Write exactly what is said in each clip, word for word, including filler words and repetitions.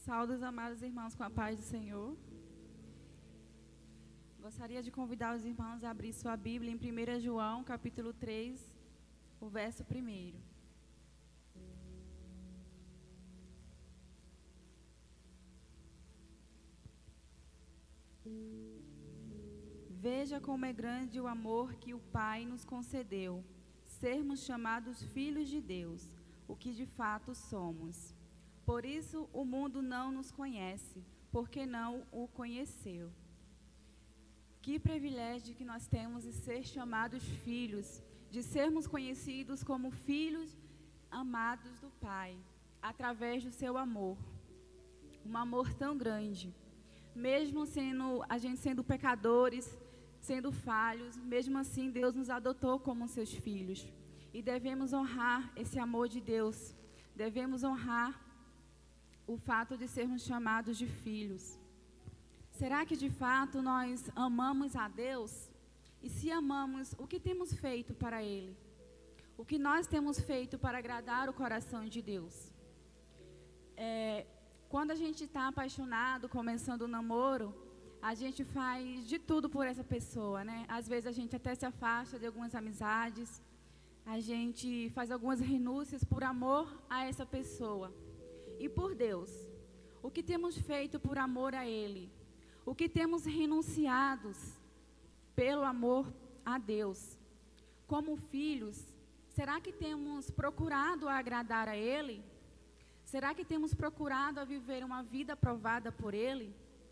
Saúdo os amados irmãos com a paz do Senhor. Gostaria de convidar os irmãos a abrir sua Bíblia em primeira João, capítulo três, o verso primeiro. Veja como é grande o amor que o Pai nos concedeu, sermos chamados filhos de Deus, o que de fato somos. Por isso o mundo não nos conhece, porque não o conheceu. Que privilégio que nós temos de ser chamados filhos, de sermos conhecidos como filhos amados do Pai, através do seu amor. Um amor tão grande. Mesmo sendo, a gente sendo pecadores, sendo falhos, mesmo assim Deus nos adotou como seus filhos. E devemos honrar esse amor de Deus. Devemos honrar o fato de sermos chamados de filhos. Será que de fato nós amamos a Deus? E se amamos, o que temos feito para Ele? O que nós temos feito para agradar o coração de Deus? É, quando a gente está apaixonado, começando o namoro, a gente faz de tudo por essa pessoa, né? Às vezes a gente até se afasta de algumas amizades, a gente faz algumas renúncias por amor a essa pessoa. E por Deus, o que temos feito por amor a Ele? O que temos renunciados pelo amor a Deus? Como filhos, será que temos procurado agradar a Ele? Será que temos procurado a viver uma vida aprovada por Ele?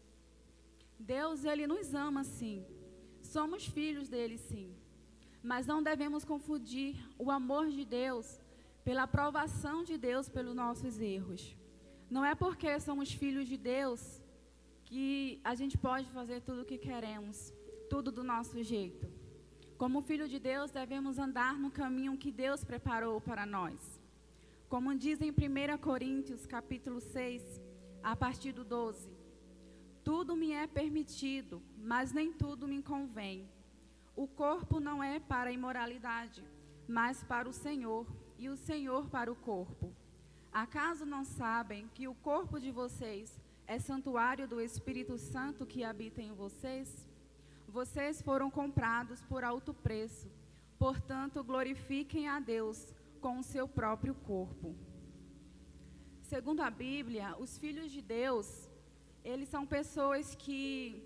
Deus, Ele nos ama sim. Somos filhos dEle sim. Mas não devemos confundir o amor de Deus pela aprovação de Deus pelos nossos erros. Não é porque somos filhos de Deus que a gente pode fazer tudo o que queremos, tudo do nosso jeito. Como filho de Deus, devemos andar no caminho que Deus preparou para nós. Como diz em primeira Coríntios, capítulo seis, a partir do doze. Tudo me é permitido, mas nem tudo me convém. O corpo não é para a imoralidade, mas para o Senhor, e o Senhor para o corpo. Acaso não sabem que o corpo de vocês é santuário do Espírito Santo que habita em vocês? Vocês foram comprados por alto preço, portanto glorifiquem a Deus com o seu próprio corpo. Segundo a Bíblia, os filhos de Deus, eles são pessoas que,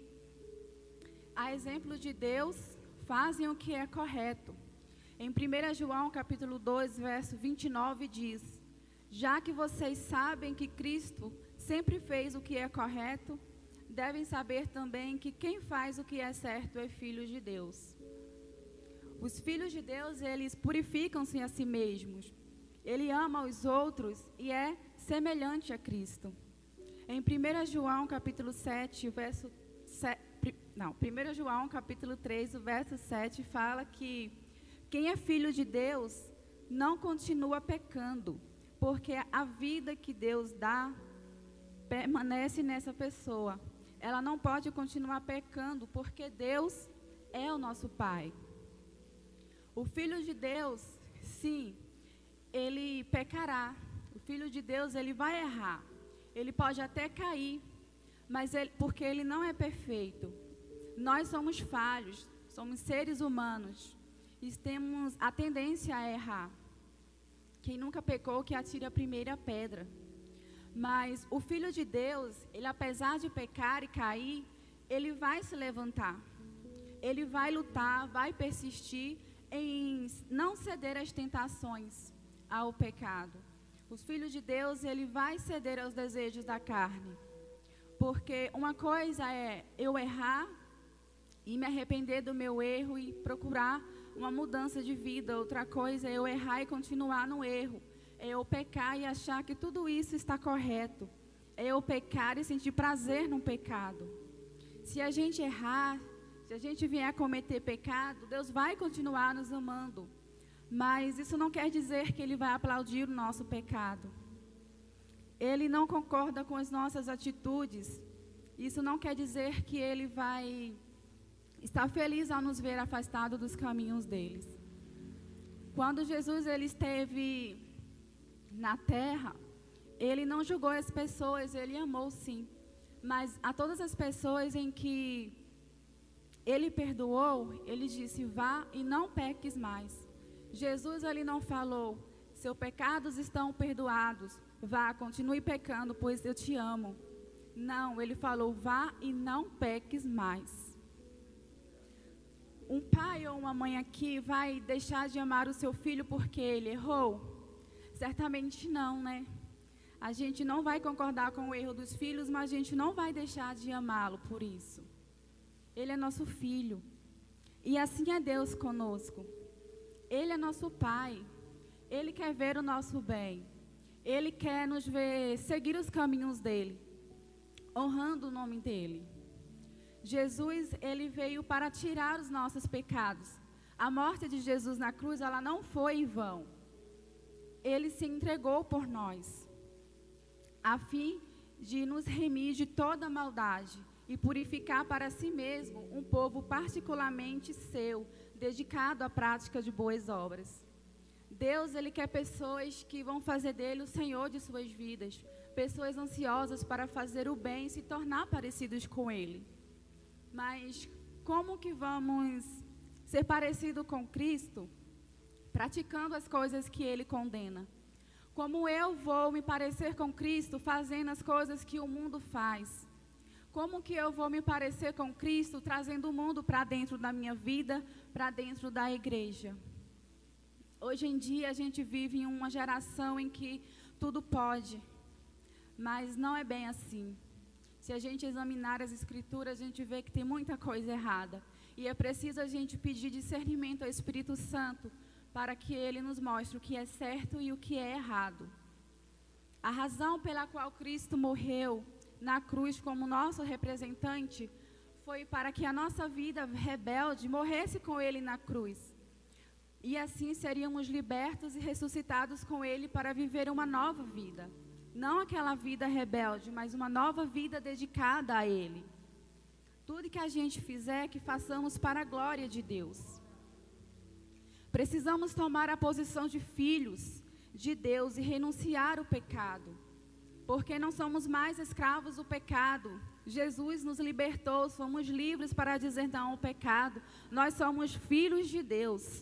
a exemplo de Deus, fazem o que é correto. Em primeira João, capítulo dois, verso vinte e nove, diz: já que vocês sabem que Cristo sempre fez o que é correto, devem saber também que quem faz o que é certo é filho de Deus. Os filhos de Deus, eles purificam-se a si mesmos. Ele ama os outros e é semelhante a Cristo. Em primeira João, capítulo sete, verso sete, não, primeira João, capítulo três, o verso sete, fala que quem é filho de Deus não continua pecando, porque a vida que Deus dá permanece nessa pessoa. Ela não pode continuar pecando, porque Deus é o nosso Pai. O Filho de Deus, sim, ele pecará. O Filho de Deus, ele vai errar. Ele pode até cair, mas ele, porque ele não é perfeito. Nós somos falhos, somos seres humanos e temos a tendência a errar. Quem nunca pecou, que atire a primeira pedra. Mas o Filho de Deus, ele apesar de pecar e cair, ele vai se levantar. Ele vai lutar, vai persistir em não ceder às tentações, ao pecado. Os filhos de Deus, ele vai ceder aos desejos da carne. Porque uma coisa é eu errar e me arrepender do meu erro e procurar uma mudança de vida. Outra coisa é eu errar e continuar no erro. É eu pecar e achar que tudo isso está correto. É eu pecar e sentir prazer no pecado. Se a gente errar, se a gente vier a cometer pecado, Deus vai continuar nos amando. Mas isso não quer dizer que Ele vai aplaudir o nosso pecado. Ele não concorda com as nossas atitudes. Isso não quer dizer que Ele vai estar feliz ao nos ver afastados dos caminhos deles. Quando Jesus ele esteve na terra, ele não julgou as pessoas, ele amou sim. Mas a todas as pessoas em que ele perdoou, ele disse, vá e não peques mais. Jesus, ele não falou, seus pecados estão perdoados, vá, continue pecando, pois eu te amo. Não, ele falou, vá e não peques mais. Um pai ou uma mãe aqui vai deixar de amar o seu filho porque ele errou? Certamente não, né? A gente não vai concordar com o erro dos filhos, mas a gente não vai deixar de amá-lo por isso. Ele é nosso filho. E assim é Deus conosco. Ele é nosso pai. Ele quer ver o nosso bem. Ele quer nos ver seguir os caminhos dele, honrando o nome dele. Jesus, ele veio para tirar os nossos pecados. A morte de Jesus na cruz, ela não foi em vão. Ele se entregou por nós, a fim de nos remir de toda maldade e purificar para si mesmo um povo particularmente seu, dedicado à prática de boas obras. Deus, ele quer pessoas que vão fazer dele o Senhor de suas vidas, pessoas ansiosas para fazer o bem e se tornar parecidos com ele. Mas como que vamos ser parecidos com Cristo? Praticando as coisas que ele condena. Como eu vou me parecer com Cristo fazendo as coisas que o mundo faz? Como que eu vou me parecer com Cristo trazendo o mundo para dentro da minha vida, para dentro da igreja? Hoje em dia a gente vive em uma geração em que tudo pode, mas não é bem assim. Se a gente examinar as escrituras, a gente vê que tem muita coisa errada. E é preciso a gente pedir discernimento ao Espírito Santo para que ele nos mostre o que é certo e o que é errado. A razão pela qual Cristo morreu na cruz como nosso representante foi para que a nossa vida rebelde morresse com ele na cruz. E assim seríamos libertos e ressuscitados com ele para viver uma nova vida. Não aquela vida rebelde, mas uma nova vida dedicada a ele. Tudo que a gente fizer, que façamos para a glória de Deus. Precisamos tomar a posição de filhos de Deus e renunciar ao pecado, porque não somos mais escravos do pecado. Jesus nos libertou, somos livres para dizer não ao pecado. Nós somos filhos de Deus.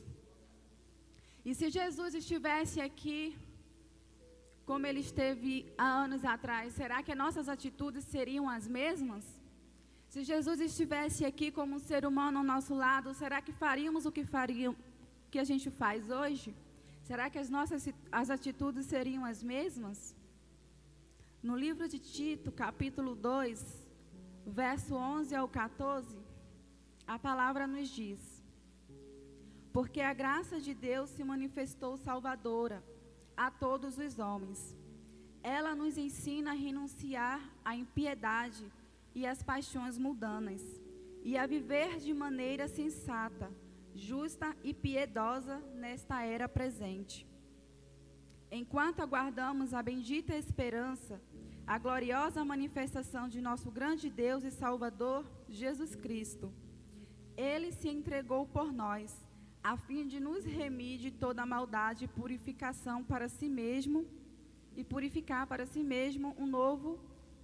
E se Jesus estivesse aqui, como ele esteve há anos atrás, será que as nossas atitudes seriam as mesmas? Se Jesus estivesse aqui como um ser humano ao nosso lado, será que faríamos o que faríamos? Que a gente faz hoje? Será que as nossas as atitudes seriam as mesmas? No livro de Tito, capítulo dois, verso onze ao quatorze, a palavra nos diz: porque a graça de Deus se manifestou salvadora a todos os homens. Ela nos ensina a renunciar à impiedade e às paixões mundanas, e a viver de maneira sensata, justa e piedosa nesta era presente. Enquanto aguardamos a bendita esperança, a gloriosa manifestação de nosso grande Deus e Salvador, Jesus Cristo. Ele se entregou por nós, a fim de nos remir de toda maldade e purificação para si mesmo, e purificar para si mesmo um novo,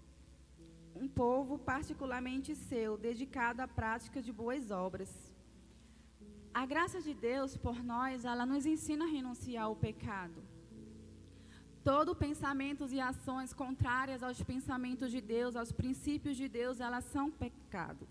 um povo particularmente seu, dedicado à prática de boas obras. A graça de Deus por nós, ela nos ensina a renunciar ao pecado. Todo pensamentos e ações contrárias aos pensamentos de Deus, aos princípios de Deus, elas são pecado.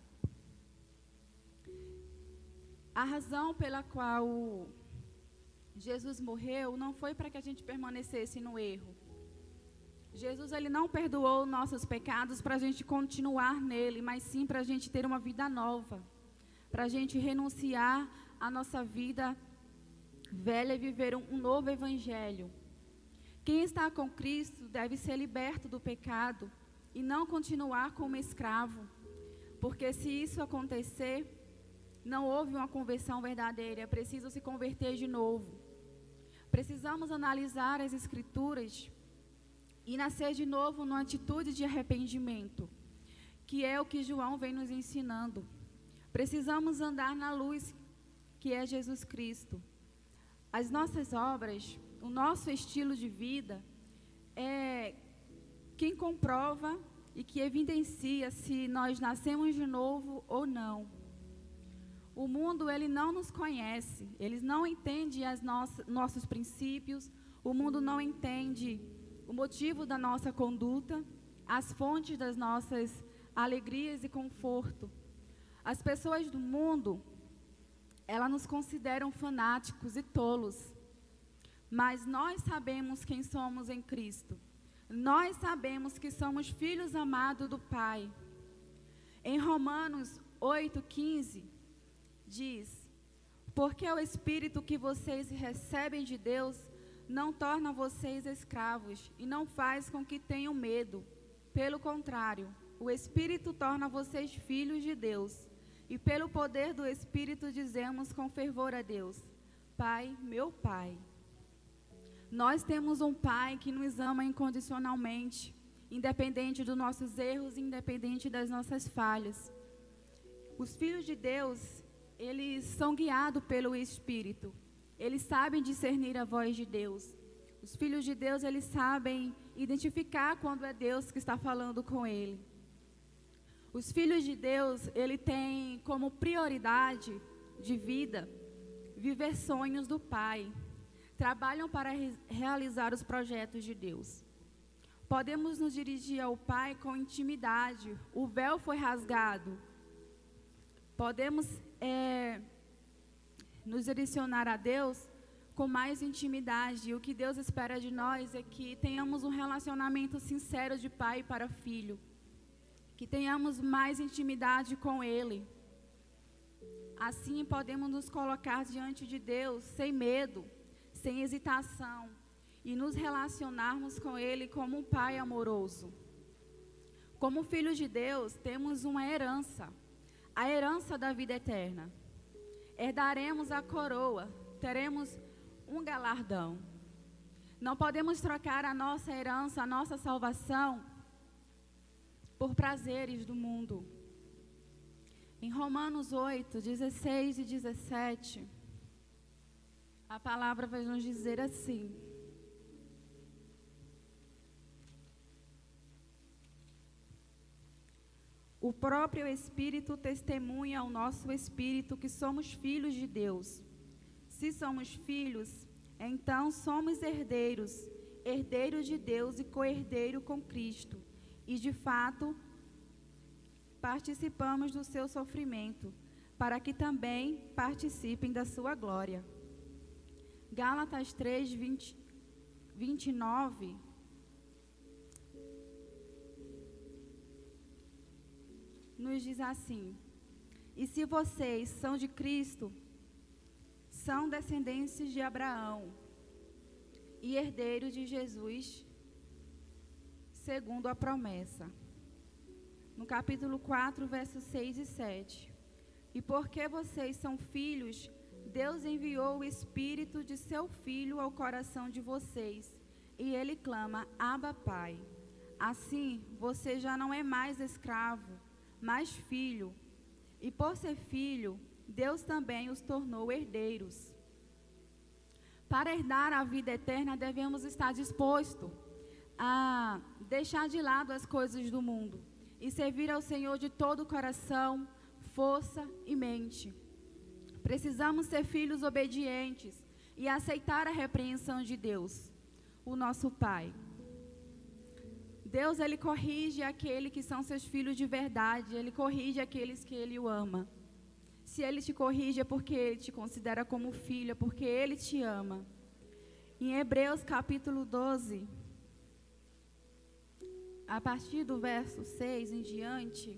A razão pela qual Jesus morreu não foi para que a gente permanecesse no erro. Jesus, ele não perdoou nossos pecados para a gente continuar nele, mas sim para a gente ter uma vida nova, para a gente renunciar à nossa vida velha e viver um, um novo evangelho. Quem está com Cristo deve ser liberto do pecado e não continuar como escravo, porque se isso acontecer, não houve uma conversão verdadeira, é preciso se converter de novo. Precisamos analisar as Escrituras e nascer de novo numa atitude de arrependimento, que é o que João vem nos ensinando. Precisamos andar na luz, que é Jesus Cristo. As nossas obras, o nosso estilo de vida, é quem comprova e que evidencia se nós nascemos de novo ou não. O mundo, ele não nos conhece, ele não entende as nossas, nossos princípios, o mundo não entende o motivo da nossa conduta, as fontes das nossas alegrias e conforto. As pessoas do mundo, elas nos consideram fanáticos e tolos, mas nós sabemos quem somos em Cristo. Nós sabemos que somos filhos amados do Pai. Em Romanos oito, quinze, diz: porque o Espírito que vocês recebem de Deus não torna vocês escravos e não faz com que tenham medo. Pelo contrário, o Espírito torna vocês filhos de Deus. E pelo poder do Espírito dizemos com fervor a Deus: Pai, meu Pai. Nós temos um Pai que nos ama incondicionalmente, independente dos nossos erros, independente das nossas falhas. Os filhos de Deus, eles são guiados pelo Espírito. Eles sabem discernir a voz de Deus. Os filhos de Deus, eles sabem identificar quando é Deus que está falando com ele. Os filhos de Deus, ele tem como prioridade de vida viver sonhos do Pai. Trabalham para re realizar os projetos de Deus. Podemos nos dirigir ao Pai com intimidade. O véu foi rasgado. Podemos é, nos direcionar a Deus com mais intimidade. O que Deus espera de nós é que tenhamos um relacionamento sincero de pai para filho. Que tenhamos mais intimidade com Ele. Assim podemos nos colocar diante de Deus sem medo, sem hesitação, e nos relacionarmos com Ele como um Pai amoroso. Como filhos de Deus, temos uma herança, a herança da vida eterna. Herdaremos a coroa, teremos um galardão. Não podemos trocar a nossa herança, a nossa salvação, por prazeres do mundo. Em Romanos oito, dezesseis e dezessete, a palavra vai nos dizer assim: o próprio Espírito testemunha ao nosso espírito que somos filhos de Deus. Se somos filhos, então somos herdeiros, herdeiros de Deus e co-herdeiro com Cristo. E de fato, participamos do seu sofrimento, para que também participem da sua glória. Gálatas três, vinte, vinte e nove. Nos diz assim: e se vocês são de Cristo, são descendentes de Abraão e herdeiros de Jesus, segundo a promessa. No capítulo quatro, versos seis e sete. E porque vocês são filhos, Deus enviou o Espírito de seu Filho ao coração de vocês, e ele clama: Abba, Pai. Assim, você já não é mais escravo, mas filho. E por ser filho, Deus também os tornou herdeiros. Para herdar a vida eterna, devemos estar dispostos a deixar de lado as coisas do mundo e servir ao Senhor de todo o coração, força e mente. Precisamos ser filhos obedientes e aceitar a repreensão de Deus, o nosso Pai. Deus, Ele corrige aqueles que são seus filhos de verdade, Ele corrige aqueles que Ele o ama. Se Ele te corrige é porque Ele te considera como filho, é porque Ele te ama. Em Hebreus capítulo doze, a partir do verso seis em diante,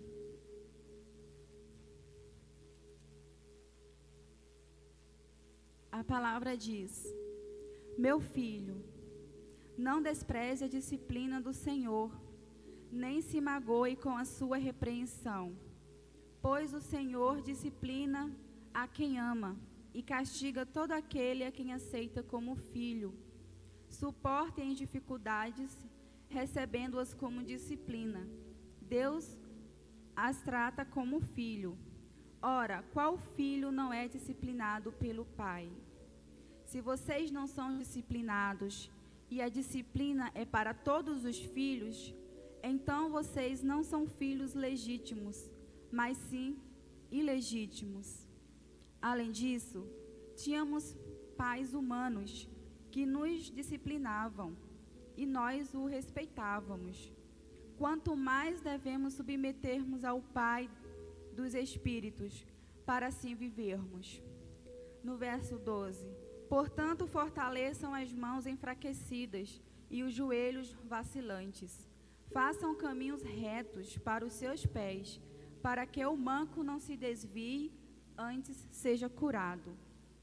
a palavra diz: meu filho, não despreze a disciplina do Senhor, nem se magoe com a sua repreensão, pois o Senhor disciplina a quem ama e castiga todo aquele a quem aceita como filho. Suportem as dificuldades, recebendo-as como disciplina. Deus as trata como filho. Ora, qual filho não é disciplinado pelo Pai? Se vocês não são disciplinados, e a disciplina é para todos os filhos, então vocês não são filhos legítimos, mas sim ilegítimos. Além disso, tínhamos pais humanos que nos disciplinavam e nós o respeitávamos. Quanto mais devemos submetermos ao Pai dos Espíritos para assim vivermos. No verso doze, portanto, fortaleçam as mãos enfraquecidas e os joelhos vacilantes. Façam caminhos retos para os seus pés, para que o manco não se desvie, antes seja curado.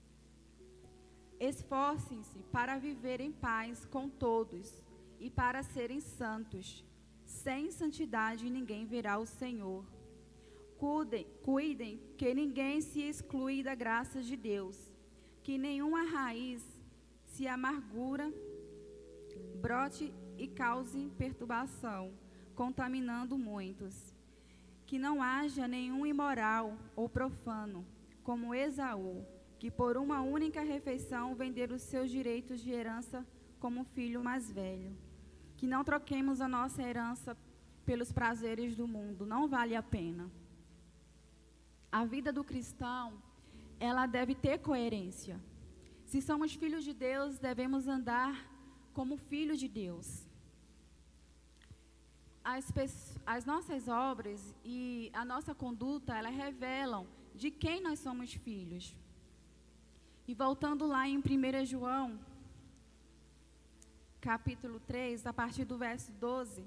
Esforcem-se para viver em paz com todos e para serem santos. Sem santidade ninguém verá o Senhor. Cuidem, cuidem que ninguém se exclui da graça de Deus, que nenhuma raiz se amargura, brote e cause perturbação, contaminando muitos. Que não haja nenhum imoral ou profano, como Esaú, que por uma única refeição vendeu os seus direitos de herança como filho mais velho. Que não troquemos a nossa herança pelos prazeres do mundo, não vale a pena. A vida do cristão, ela deve ter coerência. Se somos filhos de Deus, devemos andar como filhos de Deus. As, as nossas obras e a nossa conduta, elas revelam de quem nós somos filhos. E voltando lá em primeiro João, capítulo três, a partir do verso doze,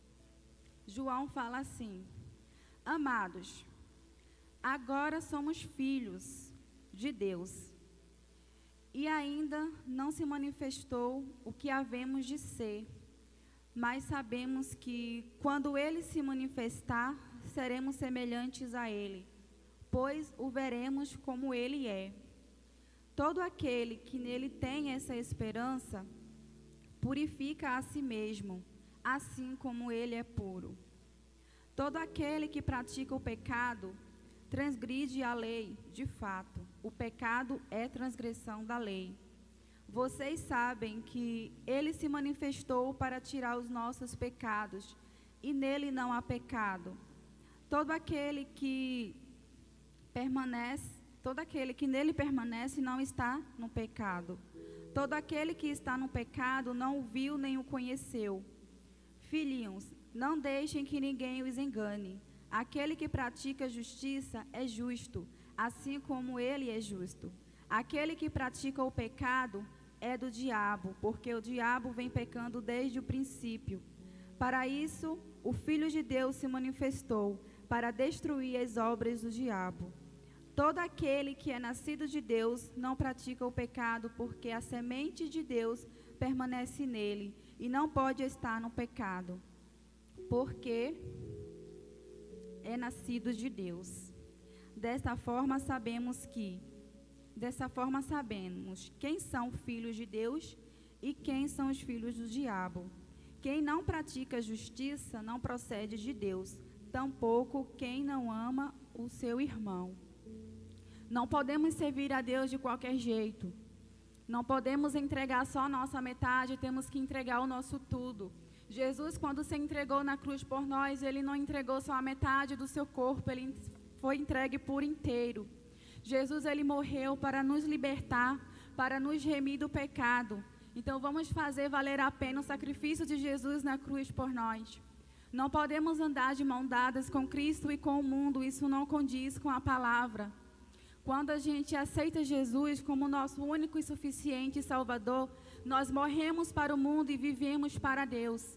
João fala assim: amados, agora somos filhos de Deus, e ainda não se manifestou o que havemos de ser, mas sabemos que, quando Ele se manifestar, seremos semelhantes a Ele, pois o veremos como Ele é. Todo aquele que nele tem essa esperança, purifica a si mesmo, assim como Ele é puro. Todo aquele que pratica o pecado, transgride a lei, de fato. O pecado é transgressão da lei. Vocês sabem que Ele se manifestou para tirar os nossos pecados, e nele não há pecado. Todo aquele que permanece, todo aquele que nele permanece não está no pecado. Todo aquele que está no pecado não o viu nem o conheceu. Filhinhos, não deixem que ninguém os engane. Aquele que pratica justiça é justo, assim como ele é justo. Aquele que pratica o pecado é do diabo, porque o diabo vem pecando desde o princípio. Para isso, o Filho de Deus se manifestou, para destruir as obras do diabo. Todo aquele que é nascido de Deus não pratica o pecado, porque a semente de Deus permanece nele, e não pode estar no pecado, porque é nascido de Deus. Desta forma sabemos que, dessa forma sabemos quem são filhos de Deus e quem são os filhos do diabo. Quem não pratica justiça não procede de Deus, tampouco quem não ama o seu irmão. Não podemos servir a Deus de qualquer jeito. Não podemos entregar só a nossa metade, temos que entregar o nosso tudo. Jesus, quando se entregou na cruz por nós, Ele não entregou só a metade do seu corpo, Ele foi entregue por inteiro. Jesus, Ele morreu para nos libertar, para nos remir do pecado. Então, vamos fazer valer a pena o sacrifício de Jesus na cruz por nós. Não podemos andar de mão dadas com Cristo e com o mundo, isso não condiz com a palavra. Quando a gente aceita Jesus como nosso único e suficiente Salvador, nós morremos para o mundo e vivemos para Deus.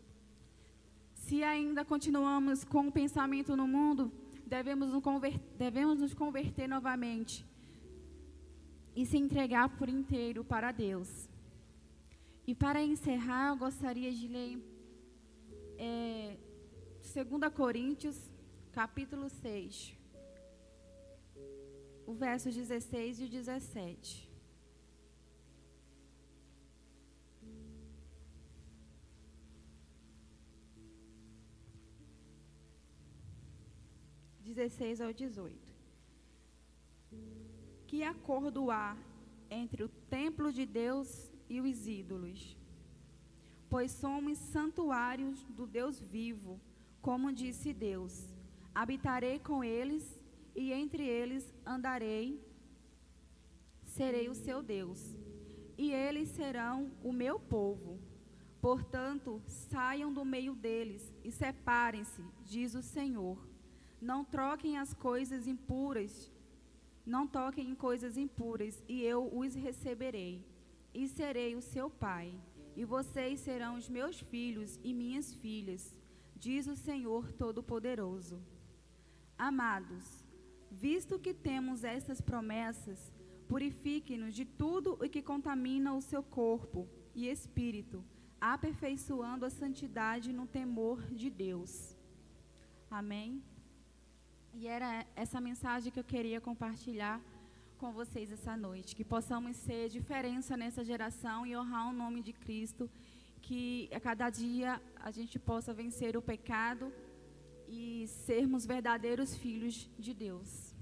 Se ainda continuamos com o pensamento no mundo, devemos nos converter, devemos nos converter novamente e se entregar por inteiro para Deus. E para encerrar, eu gostaria de ler é, dois Coríntios, capítulo seis. O verso dezesseis e dezessete. dezesseis ao dezoito. Que acordo há entre o templo de Deus e os ídolos? pois somos santuários do Deus vivo, como disse Deus. Habitarei com eles, e entre eles andarei, serei o seu Deus, e eles serão o meu povo. Portanto, saiam do meio deles e separem-se, diz o Senhor. Não troquem as coisas impuras, não toquem em coisas impuras, e eu os receberei, e serei o seu pai, e vocês serão os meus filhos e minhas filhas, diz o Senhor Todo-Poderoso. Amados, visto que temos estas promessas, purifique-nos de tudo o que contamina o seu corpo e espírito, aperfeiçoando a santidade no temor de Deus. Amém? E era essa mensagem que eu queria compartilhar com vocês essa noite, que possamos ser diferença nessa geração e honrar o nome de Cristo, que a cada dia a gente possa vencer o pecado e sermos verdadeiros filhos de Deus.